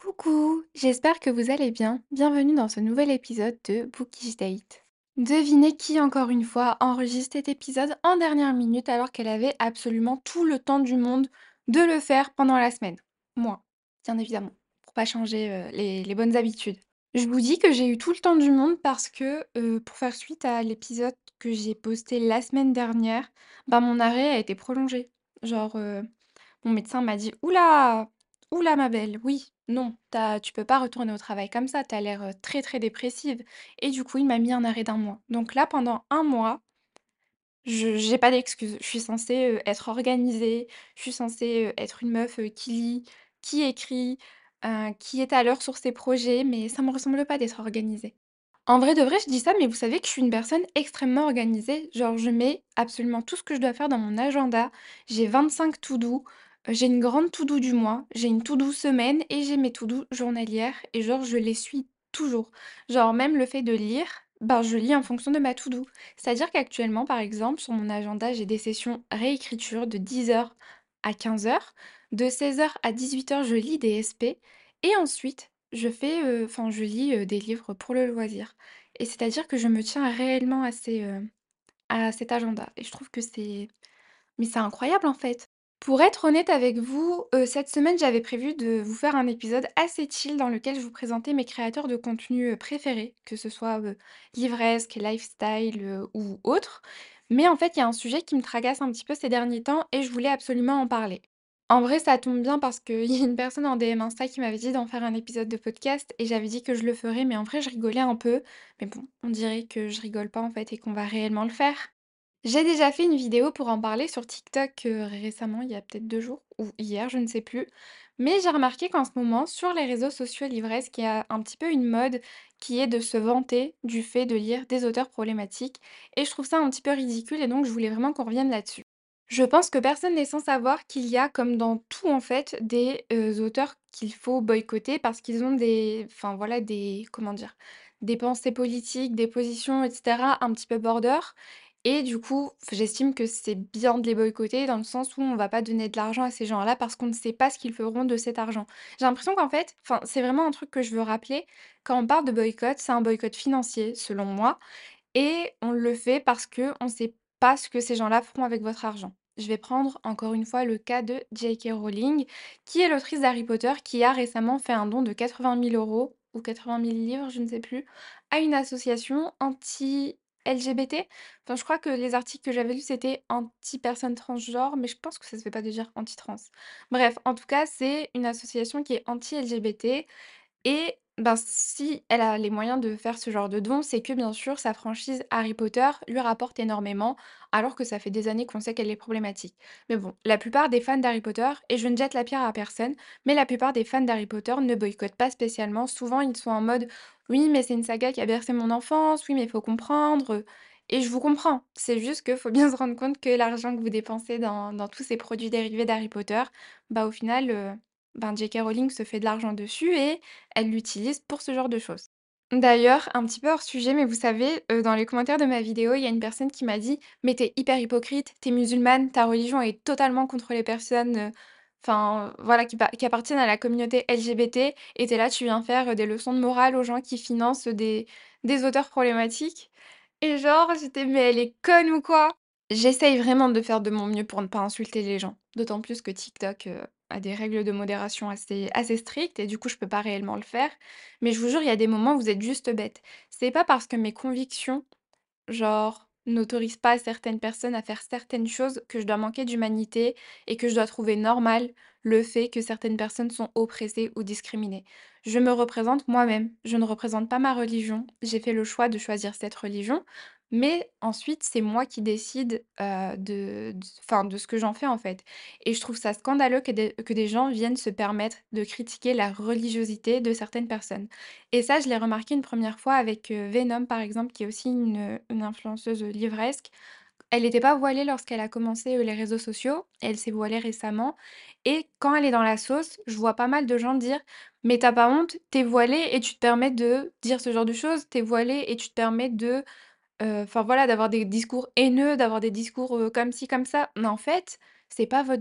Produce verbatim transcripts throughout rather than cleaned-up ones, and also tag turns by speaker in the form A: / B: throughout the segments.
A: Coucou, j'espère que vous allez bien. Bienvenue dans ce nouvel épisode de Bookish Date. Devinez qui, encore une fois, enregistre cet épisode en dernière minute alors qu'elle avait absolument tout le temps du monde de le faire pendant la semaine. Moi, bien évidemment, pour pas changer euh, les, les bonnes habitudes. Je vous dis que j'ai eu tout le temps du monde parce que, euh, pour faire suite à l'épisode que j'ai posté la semaine dernière, bah mon arrêt a été prolongé. Genre, euh, mon médecin m'a dit: «Ouh là! Ouh là, ma belle, oui, non, tu tu peux pas retourner au travail comme ça, tu as l'air, heu, très, très dépressive» et du coup, il m'a mis un arrêt d'un mois. Donc là, pendant un mois, je j'ai pas d'excuse. Je suis censée, heu, être organisée, je suis censée, heu, être une meuf, heu, qui lit, qui écrit, heu, qui est à l'heure sur ses projets, mais ça me ressemble pas d'être organisée. En vrai de vrai, je dis ça, mais vous savez que je suis une personne extrêmement organisée. Genre, je mets absolument tout ce que je dois faire dans mon agenda. J'ai vingt-cinq to-do, heu, j'ai une grande to-do du mois, j'ai une to-do semaine et j'ai mes to-do journalières et genre, je les suis toujours. Genre, même le fait de lire, ben, je lis en fonction de ma to-do. C'est-à-dire qu'actuellement, par exemple, sur mon agenda, j'ai des sessions réécriture de dix heures à quinze heures, de seize heures à dix-huit heures, je lis des S P et ensuite je fais, heu, enfin, je lis, heu, des livres pour le loisir et c'est-à-dire que je me tiens réellement à ces, heu, à cet agenda et je trouve que c'est mais c'est incroyable, en fait. Pour être honnête avec vous, heu, cette semaine, j'avais prévu de vous faire un épisode assez chill dans lequel je vous présentais mes créateurs de contenu, heu, préférés, que ce soit, heu, livresque, lifestyle, heu, ou autre. Mais en fait, il y a un sujet qui me tracasse un petit peu ces derniers temps et je voulais absolument en parler. En vrai, ça tombe bien parce qu'il y a une personne en D M Insta qui m'avait dit d'en faire un épisode de podcast et j'avais dit que je le ferais, mais en vrai, je rigolais un peu. Mais bon, on dirait que je rigole pas en fait et qu'on va réellement le faire. J'ai déjà fait une vidéo pour en parler sur TikTok, heu, récemment, il y a peut-être deux jours ou hier, je ne sais plus. Mais j'ai remarqué qu'en ce moment, sur les réseaux sociaux livresques, il y a un petit peu une mode qui est de se vanter du fait de lire des auteurs problématiques et je trouve ça un petit peu ridicule et donc je voulais vraiment qu'on revienne là-dessus. Je pense que personne n'est sans savoir qu'il y a, comme dans tout en fait, des, heu, auteurs qu'il faut boycotter parce qu'ils ont des enfin voilà, des comment dire? Des pensées politiques, des positions et cetera un petit peu border et du coup, f j'estime que c'est bien de les boycotter dans le sens où on va pas donner de l'argent à ces gens-là parce qu'on ne sait pas ce qu'ils feront de cet argent. J'ai l'impression qu'en fait, enfin, c'est vraiment un truc que je veux rappeler, quand on parle de boycott, c'est un boycott financier selon moi et on le fait parce que on sait pas ce que ces gens-là feront avec votre argent. Je vais prendre encore une fois le cas de J K Rowling, qui est l'autrice d'Harry Potter, qui a récemment fait un don de quatre-vingt mille euros ou quatre-vingt mille livres, je ne sais plus, à une association anti-L G B T. Enfin, je crois que les articles que j'avais lus, c'était anti-personnes transgenres, mais je pense que ça se fait pas de dire anti-trans. Bref, en tout cas, c'est une association qui est anti-L G B T et ben, si elle a les moyens de faire ce genre de don, c'est que bien sûr sa franchise Harry Potter lui rapporte énormément, alors que ça fait des années qu'on sait qu'elle est problématique. Mais bon, la plupart des fans d'Harry Potter, et je ne jette la pierre à personne, mais la plupart des fans d'Harry Potter ne boycottent pas spécialement. Souvent, ils sont en mode: «Oui, mais c'est une saga qui a bercé mon enfance, oui, mais il faut comprendre». Et je vous comprends. C'est juste qu'il faut bien se rendre compte que l'argent que vous dépensez dans, dans tous ces produits dérivés d'Harry Potter, bah au final, euh, ben J K Rowling se fait de l'argent dessus et elle l'utilise pour ce genre de choses. D'ailleurs, un petit peu hors sujet, mais vous savez, heu, dans les commentaires de ma vidéo, il y a une personne qui m'a dit: «Mais tu hyper hypocrite, t'es musulmane, ta religion est totalement contre les personnes, heu, enfin, voilà, qui pa qui appartiennent à la communauté L G B T et tu là, tu viens faire, heu, des leçons de morale aux gens qui financent, des des auteurs problématiques» et genre, j'étais: «Mais elle est conne ou quoi?» J'essaye vraiment de faire de mon mieux pour ne pas insulter les gens, d'autant plus que TikTok, heu, a des règles de modération assez assez strictes et du coup, je peux pas réellement le faire. Mais je vous jure, il y a des moments où vous êtes juste bête. C'est pas parce que mes convictions, genre, n'autorisent pas certaines personnes à faire certaines choses que je dois manquer d'humanité et que je dois trouver normal le fait que certaines personnes sont oppressées ou discriminées. Je me représente moi-même, je ne représente pas ma religion. J'ai fait le choix de choisir cette religion, mais ensuite, c'est moi qui décide, heu, de d enfin, de ce que j'en fais, en fait. Et je trouve ça scandaleux que des que des gens viennent se permettre de critiquer la religiosité de certaines personnes. Et ça, je l'ai remarqué une première fois avec, heu, Venom, par exemple, qui est aussi une, une influenceuse, livresque. Elle n'était pas voilée lorsqu'elle a commencé, heu, les réseaux sociaux. Elle s'est voilée récemment et quand elle est dans la sauce, je vois pas mal de gens dire: «Mais t'as pas honte? T'es voilée et tu te permets de dire ce genre de choses? T'es voilée et tu te permets de, Heu, enfin voilà, d'avoir des discours haineux, d'avoir des discours, heu, comme ci, comme ça. Mais en fait, c'est pas votre dos.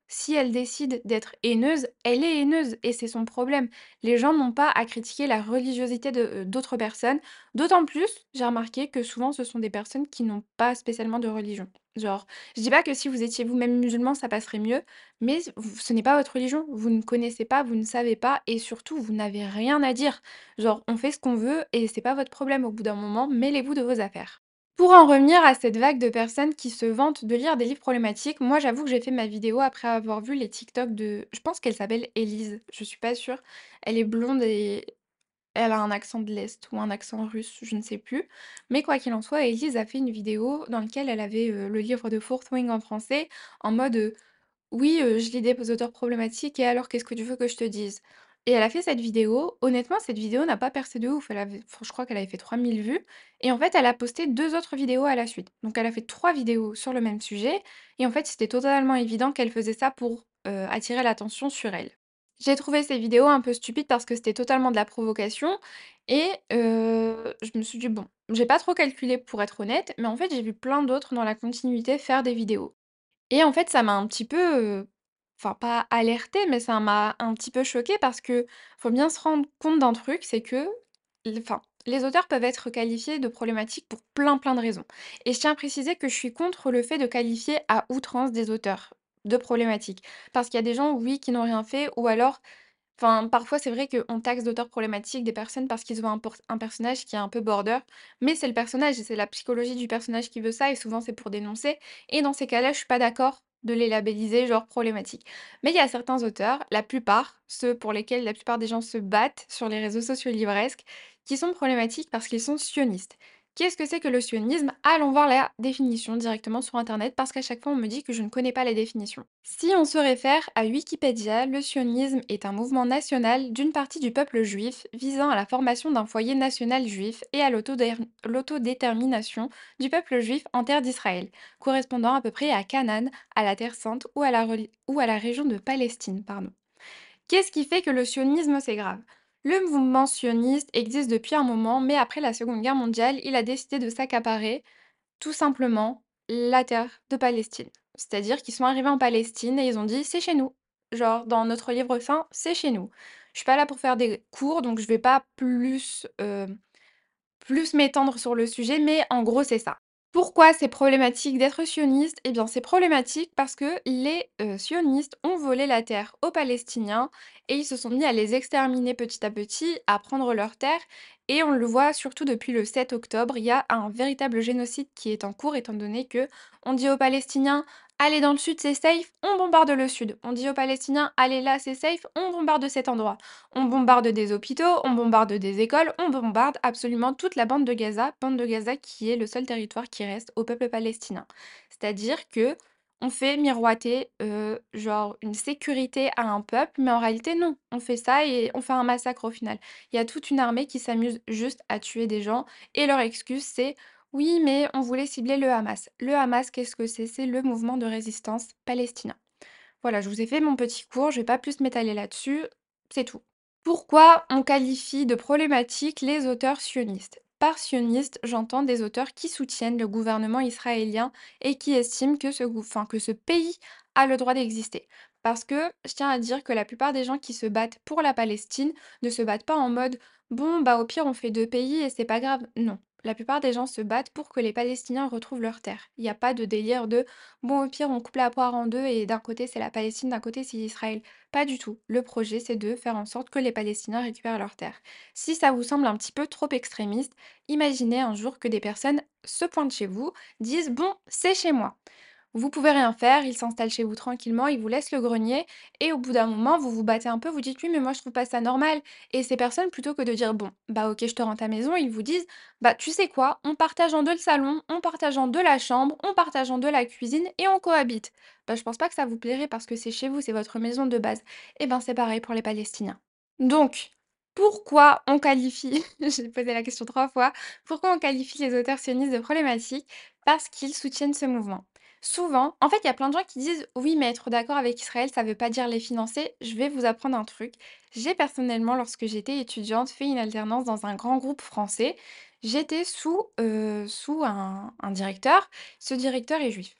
A: Si elle décide d'être haineuse, elle est haineuse et c'est son problème. Les gens n'ont pas à critiquer la religiosité de, heu, d'autres personnes. D'autant plus, j'ai remarqué que souvent ce sont des personnes qui n'ont pas spécialement de religion. Genre, je dis pas que si vous étiez vous-même musulman, ça passerait mieux, mais c v ce n'est pas votre religion. Vous ne connaissez pas, vous ne savez pas et surtout vous n'avez rien à dire. Genre, on fait ce qu'on veut et c'est pas votre problème au bout d'un moment, mêlez-vous de vos affaires. Pour en revenir à cette vague de personnes qui se vantent de lire des livres problématiques, moi j'avoue que j'ai fait ma vidéo après avoir vu les TikTok de, je pense qu'elle s'appelle Élise, je suis pas sûre. Elle est blonde et elle a un accent de l'Est ou un accent russe, je ne sais plus. Mais quoi qu'il en soit, Élise a fait une vidéo dans laquelle elle avait euh, le livre de Fourth Wing en français en mode euh, oui, heu, je lis des auteurs problématiques et alors qu'est-ce que tu veux que je te dise? Et elle a fait cette vidéo. Honnêtement, cette vidéo n'a pas percé de ouf. Elle avait enfin, je crois qu'elle avait fait trois mille vues et en fait, elle a posté deux autres vidéos à la suite. Donc elle a fait trois vidéos sur le même sujet et en fait, c'était totalement évident qu'elle faisait ça pour, heu, attirer l'attention sur elle. J'ai trouvé ces vidéos un peu stupides parce que c'était totalement de la provocation et heu, je me suis dit: «Bon», j'ai pas trop calculé pour être honnête, mais en fait, j'ai vu plein d'autres dans la continuité faire des vidéos. Et en fait, ça m'a un petit peu, heu, enfin pas alertée, mais ça m'a un petit peu choquée parce que faut bien se rendre compte d'un truc, c'est que l enfin, les auteurs peuvent être qualifiés de problématiques pour plein, plein de raisons. Et je tiens à préciser que je suis contre le fait de qualifier à outrance des auteurs de problématiques. Parce qu'il y a des gens, oui, qui n'ont rien fait ou alors enfin, parfois, c'est vrai qu'on taxe d'auteurs problématiques des personnes parce qu'ils ont un, por- un personnage qui est un peu border, mais c'est le personnage et c'est la psychologie du personnage qui veut ça, et souvent c'est pour dénoncer. Et dans ces cas-là, je suis pas d'accord de les labelliser genre problématiques. Mais il y a certains auteurs, la plupart, ceux pour lesquels la plupart des gens se battent sur les réseaux sociaux livresques, qui sont problématiques parce qu'ils sont sionistes. Qu'est-ce que c'est que le sionisme? Allons voir la définition directement sur internet parce qu'à chaque fois on me dit que je ne connais pas les définitions. Si on se réfère à Wikipédia, le sionisme est un mouvement national d'une partie du peuple juif visant à la formation d'un foyer national juif et à l'autodé- l'autodétermination du peuple juif en terre d'Israël, correspondant à peu près à Canaan, à la Terre Sainte ou à la, reli- ou à la région de Palestine. Pardon. Qu'est-ce qui fait que le sionisme c'est grave? Le mouvement sioniste existe depuis un moment, mais après la Seconde Guerre mondiale, il a décidé de s'accaparer tout simplement la terre de Palestine. C'est-à-dire qu'ils sont arrivés en Palestine et ils ont dit: «C'est chez nous». Genre dans notre livre saint, c'est chez nous. Je suis pas là pour faire des cours, donc je vais pas plus, heu, plus m'étendre sur le sujet, mais en gros, c'est ça. Pourquoi c'est problématique d'être sioniste? Eh bien, c'est problématique parce que les euh, sionistes ont volé la terre aux Palestiniens et ils se sont mis à les exterminer petit à petit, à prendre leurs terres. Et on le voit surtout depuis le sept octobre, il y a un véritable génocide qui est en cours, étant donné que on dit aux Palestiniens: allez dans le sud, c'est safe, on bombarde le sud. On dit aux Palestiniens: allez là, c'est safe, on bombarde cet endroit. On bombarde des hôpitaux, on bombarde des écoles, on bombarde absolument toute la bande de Gaza, bande de Gaza qui est le seul territoire qui reste au peuple palestinien. C'est-à-dire que on fait miroiter euh, genre une sécurité à un peuple, mais en réalité non, on fait ça et on fait un massacre au final. Il y a toute une armée qui s'amuse juste à tuer des gens et leur excuse c'est oui, mais on voulait cibler le Hamas. Le Hamas, qu'est-ce que c'est? C'est le mouvement de résistance palestinien. Voilà, je vous ai fait mon petit cours, je vais pas plus m'étaler là-dessus, c'est tout. Pourquoi on qualifie de problématiques les auteurs sionistes? Par sioniste, j'entends des auteurs qui soutiennent le gouvernement israélien et qui estiment que ce, gou- enfin, que ce pays a le droit d'exister. Parce que je tiens à dire que la plupart des gens qui se battent pour la Palestine ne se battent pas en mode bon, bah au pire on fait deux pays et c'est pas grave. Non. La plupart des gens se battent pour que les Palestiniens retrouvent leur terre. Il n'y a pas de délire de bon, au pire on coupe la poire en deux et d'un côté c'est la Palestine, d'un côté c'est Israël. Pas du tout. Le projet, c'est de faire en sorte que les Palestiniens récupèrent leurs terres. Si ça vous semble un petit peu trop extrémiste, imaginez un jour que des personnes se pointent chez vous, disent bon, c'est chez moi. Vous pouvez rien faire, ils s'installent chez vous tranquillement, ils vous laissent le grenier, et au bout d'un moment, vous vous battez un peu, vous dites oui, mais moi je trouve pas ça normal. Et ces personnes, plutôt que de dire bon, bah ok, je te rends ta maison, ils vous disent bah tu sais quoi, on partage en deux le salon, on partage en deux la chambre, on partage en deux la cuisine et on cohabite. Bah je pense pas que ça vous plairait parce que c'est chez vous, c'est votre maison de base. Et ben c'est pareil pour les Palestiniens. Donc, pourquoi on qualifie, j'ai posé la question trois fois, pourquoi on qualifie les auteurs sionistes de problématiques? Parce qu'ils soutiennent ce mouvement. Souvent, en fait, il y a plein de gens qui disent oui, mais être d'accord avec Israël, ça veut pas dire les financer. Je vais vous apprendre un truc. J'ai personnellement, lorsque j'étais étudiante, fait une alternance dans un grand groupe français. J'étais sous, euh, sous un, un directeur. Ce directeur est juif.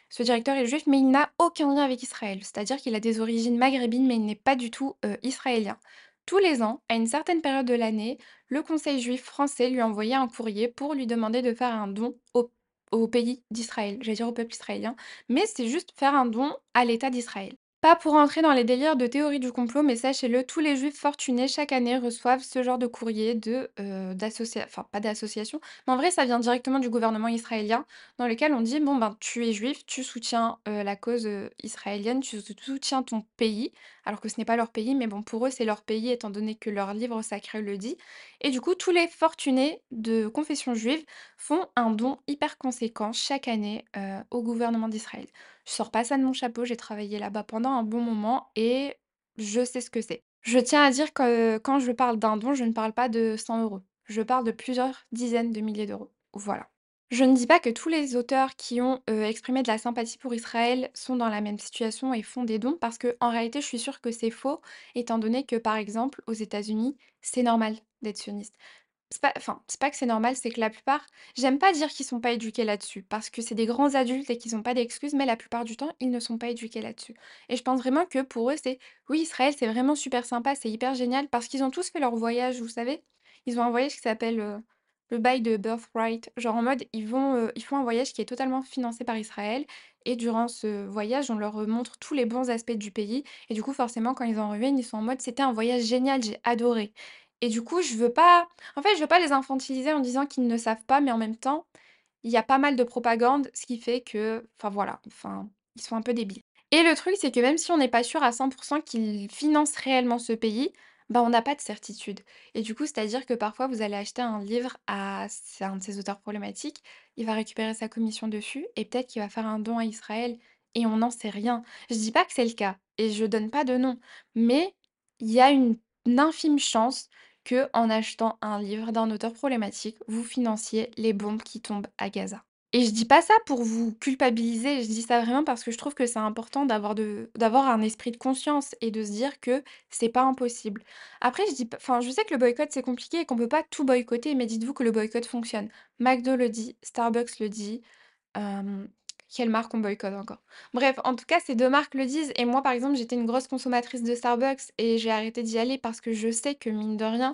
A: Ce directeur est juif, mais il n'a aucun lien avec Israël. C'est-à-dire qu'il a des origines maghrébines, mais il n'est pas du tout euh, israélien. Tous les ans, à une certaine période de l'année, le Conseil juif français lui envoyait un courrier pour lui demander de faire un don au, au pays d'Israël, j'allais dire au peuple israélien, mais c'est juste faire un don à l'État d'Israël. Pas pour entrer dans les délires de théorie du complot, mais sachez-le, tous les juifs fortunés chaque année reçoivent ce genre de courrier de euh, d'association, enfin pas d'association, mais en vrai ça vient directement du gouvernement israélien, dans lequel on dit bon ben tu es juif, tu soutiens euh, la cause euh, israélienne, tu sou- soutiens ton pays, alors que ce n'est pas leur pays, mais bon pour eux c'est leur pays étant donné que leur livre sacré le dit. Et du coup tous les fortunés de confession juive font un don hyper conséquent chaque année euh, au gouvernement d'Israël. Je sors pas ça de mon chapeau, j'ai travaillé là-bas pendant un bon moment et je sais ce que c'est. Je tiens à dire que quand je parle d'un don, je ne parle pas de cent euros. Je parle de plusieurs dizaines de milliers d'euros. Voilà. Je ne dis pas que tous les auteurs qui ont euh, exprimé de la sympathie pour Israël sont dans la même situation et font des dons, parce que en réalité, je suis sûre que c'est faux, étant donné que, par exemple, aux États-Unis, c'est normal d'être sioniste. C'est pas enfin, c'est pas que c'est normal, c'est que la plupart j'aime pas dire qu'ils sont pas éduqués là-dessus, parce que c'est des grands adultes et qu'ils ont pas d'excuses, mais la plupart du temps, ils ne sont pas éduqués là-dessus. Et je pense vraiment que pour eux, c'est oui, Israël, c'est vraiment super sympa, c'est hyper génial, parce qu'ils ont tous fait leur voyage, vous savez? Ils ont un voyage qui s'appelle, heu, le bail de Birthright. Genre en mode, ils vont, heu, ils font un voyage qui est totalement financé par Israël et durant ce voyage, on leur, heu, montre tous les bons aspects du pays et du coup, forcément, quand ils en reviennent, ils sont en mode: «C'était un voyage génial, j'ai adoré». Et du coup, je veux pas en fait, je veux pas les infantiliser en disant qu'ils ne savent pas, mais en même temps, il y a pas mal de propagande, ce qui fait que enfin voilà, enfin, ils sont un peu débiles. Et le truc, c'est que même si on n'est pas sûr à cent qu'ils financent réellement ce pays, bah, on n'a pas de certitude. Et du coup, c'est-à-dire que parfois, vous allez acheter un livre à c'est un de ces auteurs problématiques, il va récupérer sa commission dessus et peut-être qu'il va faire un don à Israël et on n'en sait rien. Je dis pas que c'est le cas et je donne pas de nom, mais il y a une infime chance que, en achetant un livre d'un auteur problématique, vous financiez les bombes qui tombent à Gaza. Et je dis pas ça pour vous culpabiliser, je dis ça vraiment parce que je trouve que c'est important d'avoir de d'avoir un esprit de conscience et de se dire que c'est pas impossible. Après je dis p enfin je sais que le boycott c'est compliqué et qu'on peut pas tout boycotter, mais dites-vous que le boycott fonctionne. McDo le dit, Starbucks le dit, hem, quelle marque on boycotte encore? Bref, en tout cas ces deux marques le disent et moi par exemple j'étais une grosse consommatrice de Starbucks et j'ai arrêté d'y aller parce que je sais que mine de rien,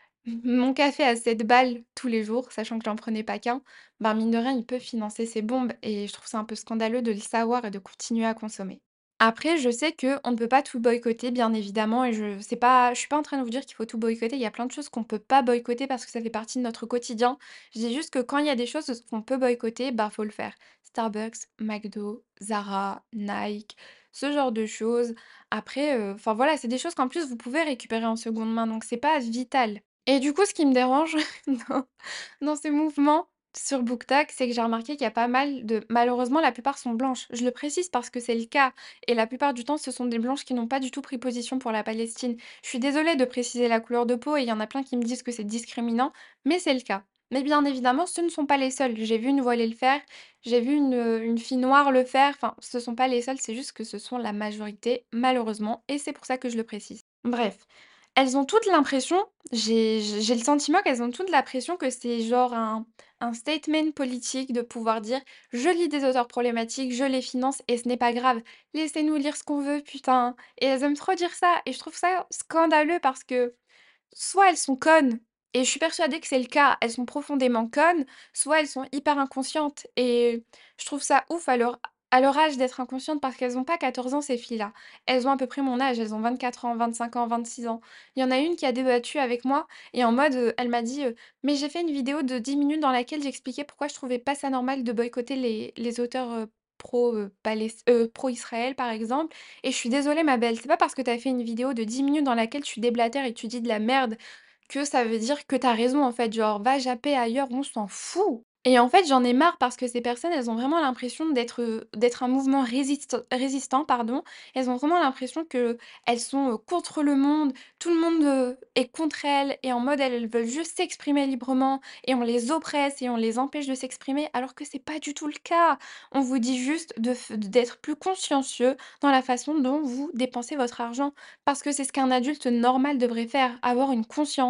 A: mon café à sept balles tous les jours, sachant que j'en prenais pas qu'un, ben, mine de rien, il peut financer ces bombes et je trouve ça un peu scandaleux de le savoir et de continuer à consommer. Après, je sais qu'on ne peut pas tout boycotter, bien évidemment, et je c'est pas je suis pas en train de vous dire qu'il faut tout boycotter. Il y a plein de choses qu'on peut pas boycotter parce que ça fait partie de notre quotidien. Je dis juste que quand il y a des choses qu'on peut boycotter, bah, faut le faire. Starbucks, McDo, Zara, Nike, ce genre de choses. Après, heu, enfin voilà, c'est des choses qu'en plus vous pouvez récupérer en seconde main, donc c'est pas vital. Et du coup, ce qui me dérange dans dans ces mouvements sur BookTok, c'est que j'ai remarqué qu'il y a pas mal de malheureusement, la plupart sont blanches. Je le précise parce que c'est le cas et la plupart du temps, ce sont des blanches qui n'ont pas du tout pris position pour la Palestine. Je suis désolée de préciser la couleur de peau et il y en a plein qui me disent que c'est discriminant, mais c'est le cas. Mais bien évidemment, ce ne sont pas les seuls. J'ai vu une voilée le faire, j'ai vu une, heu, une fille noire le faire, enfin, ce sont pas les seuls, c'est juste que ce sont la majorité, malheureusement et c'est pour ça que je le précise. Bref, elles ont toutes l'impression j'ai j'ai j'ai le sentiment qu'elles ont toutes l'impression que c'est genre un un statement politique de pouvoir dire: «Je lis des auteurs problématiques, je les finance et ce n'est pas grave. Laissez-nous lire ce qu'on veut, putain» et elles aiment trop dire ça et je trouve ça scandaleux parce que soit elles sont connes et je suis persuadée que c'est le cas, elles sont profondément connes, soit elles sont hyper inconscientes et je trouve ça ouf à leur à leur âge d'être inconscientes parce qu'elles ont pas quatorze ans ces filles-là. Elles ont à peu près mon âge, elles ont vingt-quatre ans, vingt-cinq ans, vingt-six ans. Il y en a une qui a débattu avec moi et en mode, heu, elle m'a dit, heu: «Mais j'ai fait une vidéo de dix minutes dans laquelle j'expliquais pourquoi je trouvais pas ça normal de boycotter les les auteurs, heu, pro, heu, palest heu, pro-Israël par exemple et je suis désolée ma belle, c'est pas parce que tu as fait une vidéo de dix minutes dans laquelle tu déblatères et tu dis de la merde que ça veut dire que tu as raison en fait, genre va japper ailleurs, on s'en fout. Et en fait, j'en ai marre parce que ces personnes, elles ont vraiment l'impression d'être, heu, d'être un mouvement résist résistant, pardon. Elles ont vraiment l'impression qu'elles sont, heu, contre le monde, tout le monde, heu, est contre elles et en mode elles elles veulent juste s'exprimer librement et on les oppresse et on les empêche de s'exprimer alors que c'est pas du tout le cas. On vous dit juste de f d'être plus consciencieux dans la façon dont vous dépensez votre argent parce que c'est ce qu'un adulte normal devrait faire, avoir une conscience.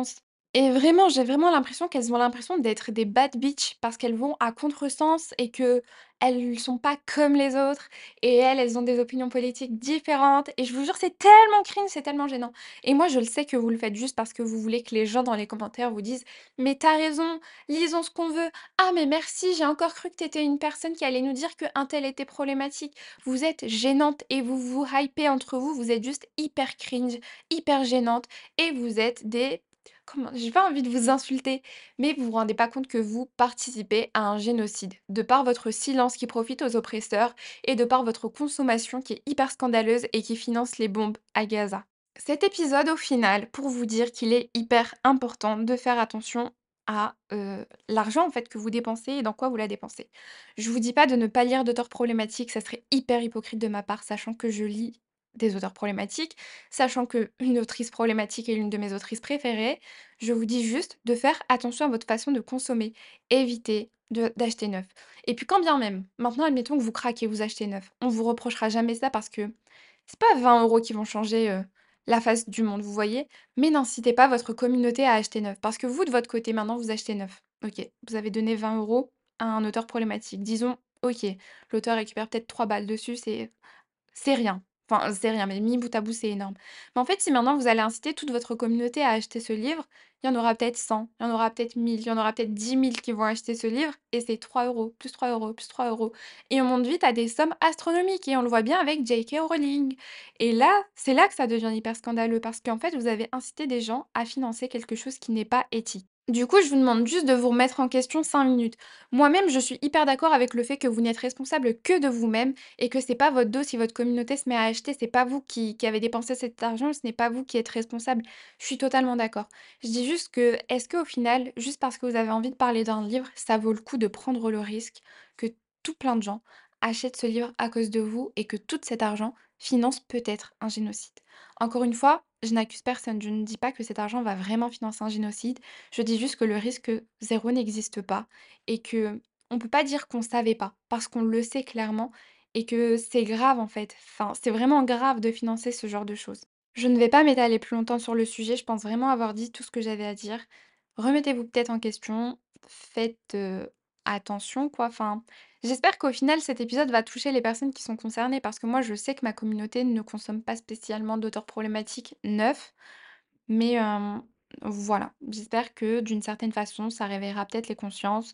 A: Et vraiment, j'ai vraiment l'impression qu'elles ont l'impression d'être des bad bitch parce qu'elles vont à contresens et qu'elles sont pas comme les autres et elles, elles ont des opinions politiques différentes et je vous jure, c'est tellement cringe, c'est tellement gênant et moi, je le sais que vous le faites juste parce que vous voulez que les gens dans les commentaires vous disent: «Mais tu as raison, lisons ce qu'on veut. Ah mais merci, j'ai encore cru que tu étais une personne qui allait nous dire qu'un tel était problématique». Vous êtes gênante et vous vous hypez entre vous, vous êtes juste hyper cringe, hyper gênante et vous êtes des comment j'ai pas envie de vous insulter, mais vous vous rendez pas compte que vous participez à un génocide, de par votre silence qui profite aux oppresseurs et de par votre consommation qui est hyper scandaleuse et qui finance les bombes à Gaza. Cet épisode, au final, pour vous dire qu'il est hyper important de faire attention à euh, l'argent en fait que vous dépensez et dans quoi vous la dépensez. Je vous dis pas de ne pas lire d'auteurs problématiques, ça serait hyper hypocrite de ma part, sachant que je lis des auteurs problématiques, sachant que une autrice problématique est l'une de mes autrices préférées. Je vous dis juste de faire attention à votre façon de consommer. Évitez de- d'acheter neuf. Et puis quand bien même, maintenant admettons que vous craquez, vous achetez neuf. On vous reprochera jamais ça parce que c'est pas vingt euros qui vont changer euh, la face du monde, vous voyez. Mais n'incitez pas votre communauté à acheter neuf. Parce que vous, de votre côté, maintenant, vous achetez neuf. Ok, vous avez donné vingt euros à un auteur problématique. Disons, ok, l'auteur récupère peut-être trois balles dessus, c'est c'est rien. Enfin, c'est rien, mais mis bout à bout, c'est énorme. Mais en fait, si maintenant vous allez inciter toute votre communauté à acheter ce livre, il y en aura peut-être cent, il y en aura peut-être mille, il y en aura peut-être dix mille qui vont acheter ce livre et c'est trois euros, plus trois euros, plus trois euros. Et on monte vite à des sommes astronomiques et on le voit bien avec J K. Rowling. Et là, c'est là que ça devient hyper scandaleux parce qu'en fait, vous avez incité des gens à financer quelque chose qui n'est pas éthique. Du coup, je vous demande juste de vous remettre en question cinq minutes. Moi-même, je suis hyper d'accord avec le fait que vous n'êtes responsable que de vous-même et que c'est pas votre dos si votre communauté se met à acheter, c'est pas vous qui, qui avez dépensé cet argent, ce n'est pas vous qui êtes responsable. Je suis totalement d'accord. Je dis juste que, est-ce qu'au final, juste parce que vous avez envie de parler d'un livre, ça vaut le coup de prendre le risque que tout plein de gens achètent ce livre à cause de vous et que tout cet argent finance peut-être un génocide. Encore une fois, je n'accuse personne, je ne dis pas que cet argent va vraiment financer un génocide, je dis juste que le risque zéro n'existe pas et que on peut pas dire qu'on savait pas, parce qu'on le sait clairement et que c'est grave en fait. Enfin, c'est vraiment grave de financer ce genre de choses. Je ne vais pas m'étaler plus longtemps sur le sujet, je pense vraiment avoir dit tout ce que j'avais à dire. Remettez-vous peut-être en question, faites, heu, attention quoi, enfin, j'espère qu'au final cet épisode va toucher les personnes qui sont concernées parce que moi je sais que ma communauté ne consomme pas spécialement d'auteurs problématiques neufs, mais hem, voilà, j'espère que d'une certaine façon ça réveillera peut-être les consciences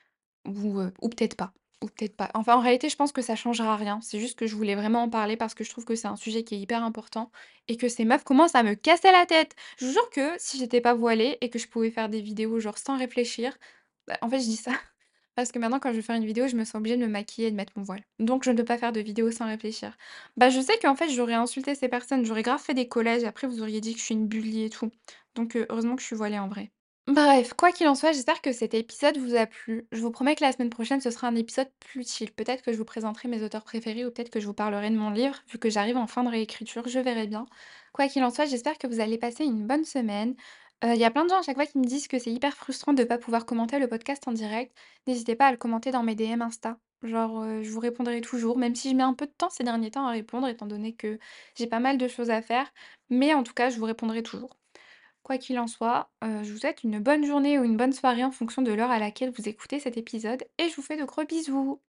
A: ou, heu, ou peut-être pas, ou peut-être pas. Enfin, en réalité, je pense que ça changera rien. C'est juste que je voulais vraiment en parler parce que je trouve que c'est un sujet qui est hyper important et que ces meufs commencent à me casser la tête. Je vous jure que si j'étais pas voilée et que je pouvais faire des vidéos genre sans réfléchir, bah, en fait, je dis ça parce que maintenant quand je veux faire une vidéo, je me sens obligée de me maquiller et de mettre mon voile. Donc je ne peux pas faire de vidéo sans réfléchir. Bah, je sais qu'en fait, j'aurais insulté ces personnes, j'aurais grave fait des collèges, après vous auriez dit que je suis une bully et tout. Donc heu, heureusement que je suis voilée en vrai. Bref, quoi qu'il en soit, j'espère que cet épisode vous a plu. Je vous promets que la semaine prochaine, ce sera un épisode plus chill. Peut-être que je vous présenterai mes auteurs préférés ou peut-être que je vous parlerai de mon livre, vu que j'arrive en fin de réécriture, je verrai bien. Quoi qu'il en soit, j'espère que vous allez passer une bonne semaine. Euh, Il y a plein de gens à chaque fois qui me disent que c'est hyper frustrant de ne pas pouvoir commenter le podcast en direct. N'hésitez pas à le commenter dans mes D M Insta. Genre, euh, je vous répondrai toujours, même si je mets un peu de temps ces derniers temps à répondre, étant donné que j'ai pas mal de choses à faire. Mais en tout cas, je vous répondrai toujours. Quoi qu'il en soit, heu, je vous souhaite une bonne journée ou une bonne soirée en fonction de l'heure à laquelle vous écoutez cet épisode et je vous fais de gros bisous.